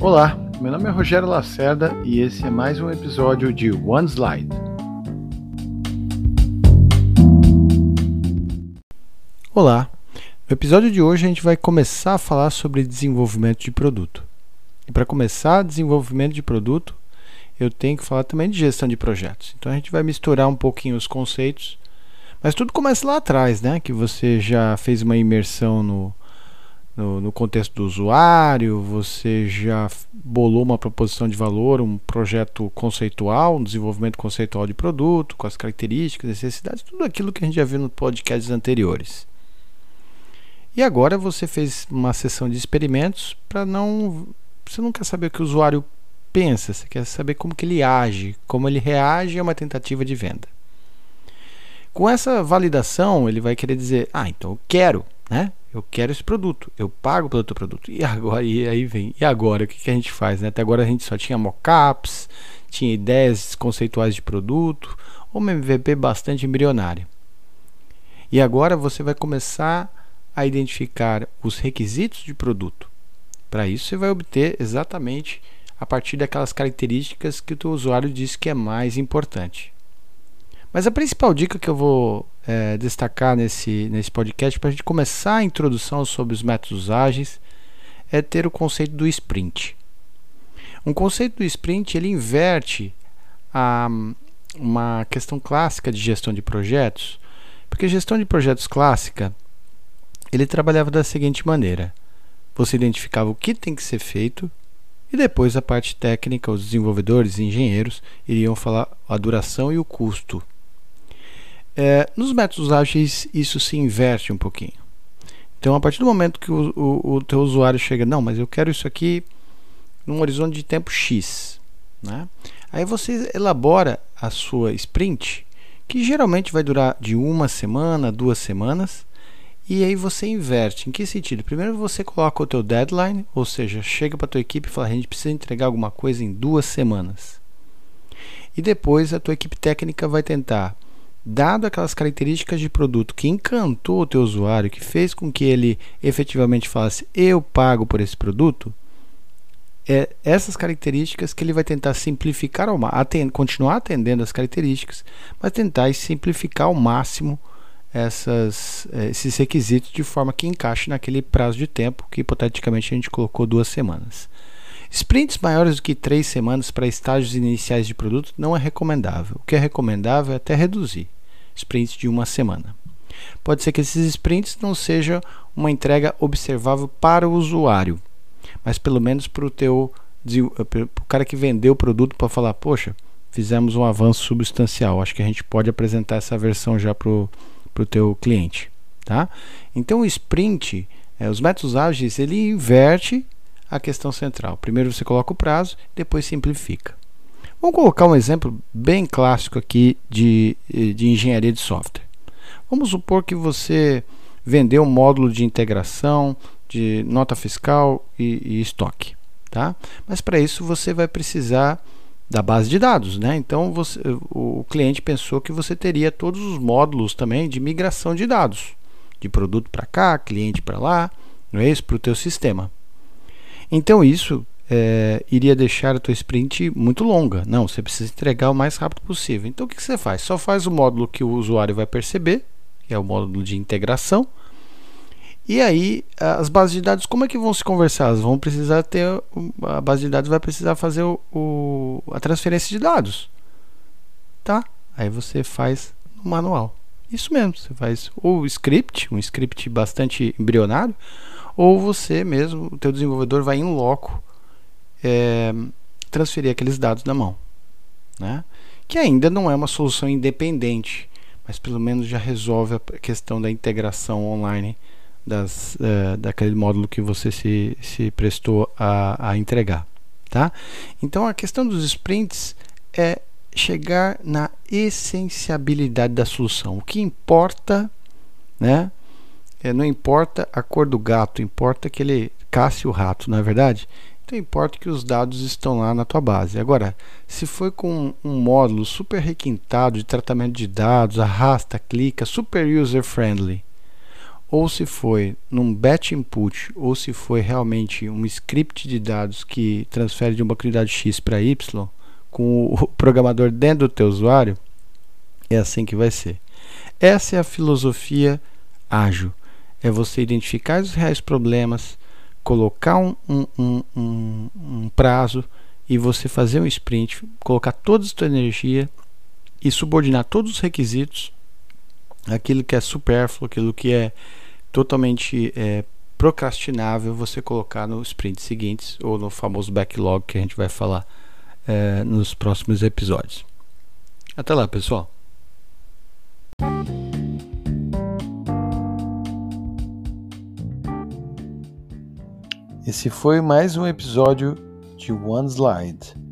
Olá, meu nome é Rogério Lacerda e esse é mais um episódio de One Slide. Olá, no episódio de hoje a gente vai começar a falar sobre desenvolvimento de produto. E para começar desenvolvimento de produto, eu tenho que falar também de gestão de projetos. Então a gente vai misturar um pouquinho os conceitos, mas tudo começa lá atrás, né? Que você já fez uma imersão no contexto do usuário, você já bolou uma proposição de valor, um projeto conceitual, um desenvolvimento conceitual de produto, com as características, necessidades, tudo aquilo que a gente já viu nos podcasts anteriores. E agora você fez uma sessão de experimentos você não quer saber o que o usuário pensa, você quer saber como que ele age, como ele reage a uma tentativa de venda. Com essa validação, ele vai querer dizer, então eu quero, né? Eu quero esse produto, eu pago pelo teu produto. E agora o que a gente faz, né? Até agora a gente só tinha mockups, tinha ideias conceituais de produto, uma MVP bastante embrionária. E agora você vai começar a identificar os requisitos de produto. Para isso você vai obter exatamente a partir daquelas características que o teu usuário diz que é mais importante. Mas a principal dica que eu vou destacar nesse podcast para a gente começar a introdução sobre os métodos ágeis é ter o conceito do sprint. Um conceito do sprint ele inverte uma questão clássica de gestão de projetos, porque a gestão de projetos clássica ele trabalhava da seguinte maneira: você identificava o que tem que ser feito e depois a parte técnica, os desenvolvedores e engenheiros iriam falar a duração e o custo. Nos métodos ágeis isso se inverte um pouquinho. Então a partir do momento que o teu usuário chega, não, mas eu quero isso aqui num horizonte de tempo X, né? Aí você elabora a sua sprint, que geralmente vai durar de 1 semana, 2 semanas, e aí você inverte. Em que sentido? Primeiro você coloca o teu deadline, ou seja, chega para a tua equipe e fala, a gente precisa entregar alguma coisa em 2 semanas. E depois a tua equipe técnica vai tentar, dado aquelas características de produto que encantou o teu usuário, que fez com que ele efetivamente falasse, eu pago por esse produto, essas características que ele vai tentar simplificar continuar atendendo as características, mas tentar simplificar ao máximo esses requisitos de forma que encaixe naquele prazo de tempo que hipoteticamente a gente colocou 2 semanas. Sprints maiores do que 3 semanas para estágios iniciais de produto não é recomendável. O que é recomendável é até reduzir sprints de 1 semana. Pode ser que esses sprints não sejam uma entrega observável para o usuário, mas pelo menos para o cara que vendeu o produto para falar, poxa, fizemos um avanço substancial, acho que a gente pode apresentar essa versão já para o teu cliente, tá? Então o sprint, os métodos ágeis, ele inverte a questão central. Primeiro você coloca o prazo, depois simplifica. Vamos colocar um exemplo bem clássico aqui de engenharia de software. Vamos supor que você vendeu um módulo de integração de nota fiscal e estoque, tá? Mas para isso você vai precisar da base de dados, né? Então o cliente pensou que você teria todos os módulos também de migração de dados, de produto para cá, cliente para lá, não é isso? Para o teu sistema. Então isso iria deixar a tua sprint muito longa. Não, você precisa entregar o mais rápido possível. Então o que você faz? Só faz o módulo que o usuário vai perceber, que é o módulo de integração. E aí as bases de dados, como é que vão se conversar? Elas vão precisar a base de dados vai precisar fazer a transferência de dados, tá? Aí você faz no manual. Isso mesmo, você faz ou um script bastante embrionário, ou você mesmo, o teu desenvolvedor vai in loco transferir aqueles dados na mão, né? Que ainda não é uma solução independente, mas pelo menos já resolve a questão da integração online daquele módulo que você se prestou a entregar, tá? Então a questão dos sprints é chegar na essenciabilidade da solução. O que importa, né? Não importa a cor do gato, importa que ele casse o rato, não é verdade? Então importa que os dados estão lá na tua base. Agora, se foi com um módulo super requintado de tratamento de dados, arrasta, clica, super user friendly, ou se foi num batch input, ou se foi realmente um script de dados que transfere de uma quantidade X para Y, com o programador dentro do teu usuário, é assim que vai ser. Essa é a filosofia ágil. É você identificar os reais problemas, colocar um prazo e você fazer um sprint, colocar toda a sua energia e subordinar todos os requisitos, aquilo que é supérfluo, aquilo que é totalmente procrastinável, você colocar no sprint seguintes ou no famoso backlog que a gente vai falar nos próximos episódios. Até lá, pessoal! Esse foi mais um episódio de One Slide.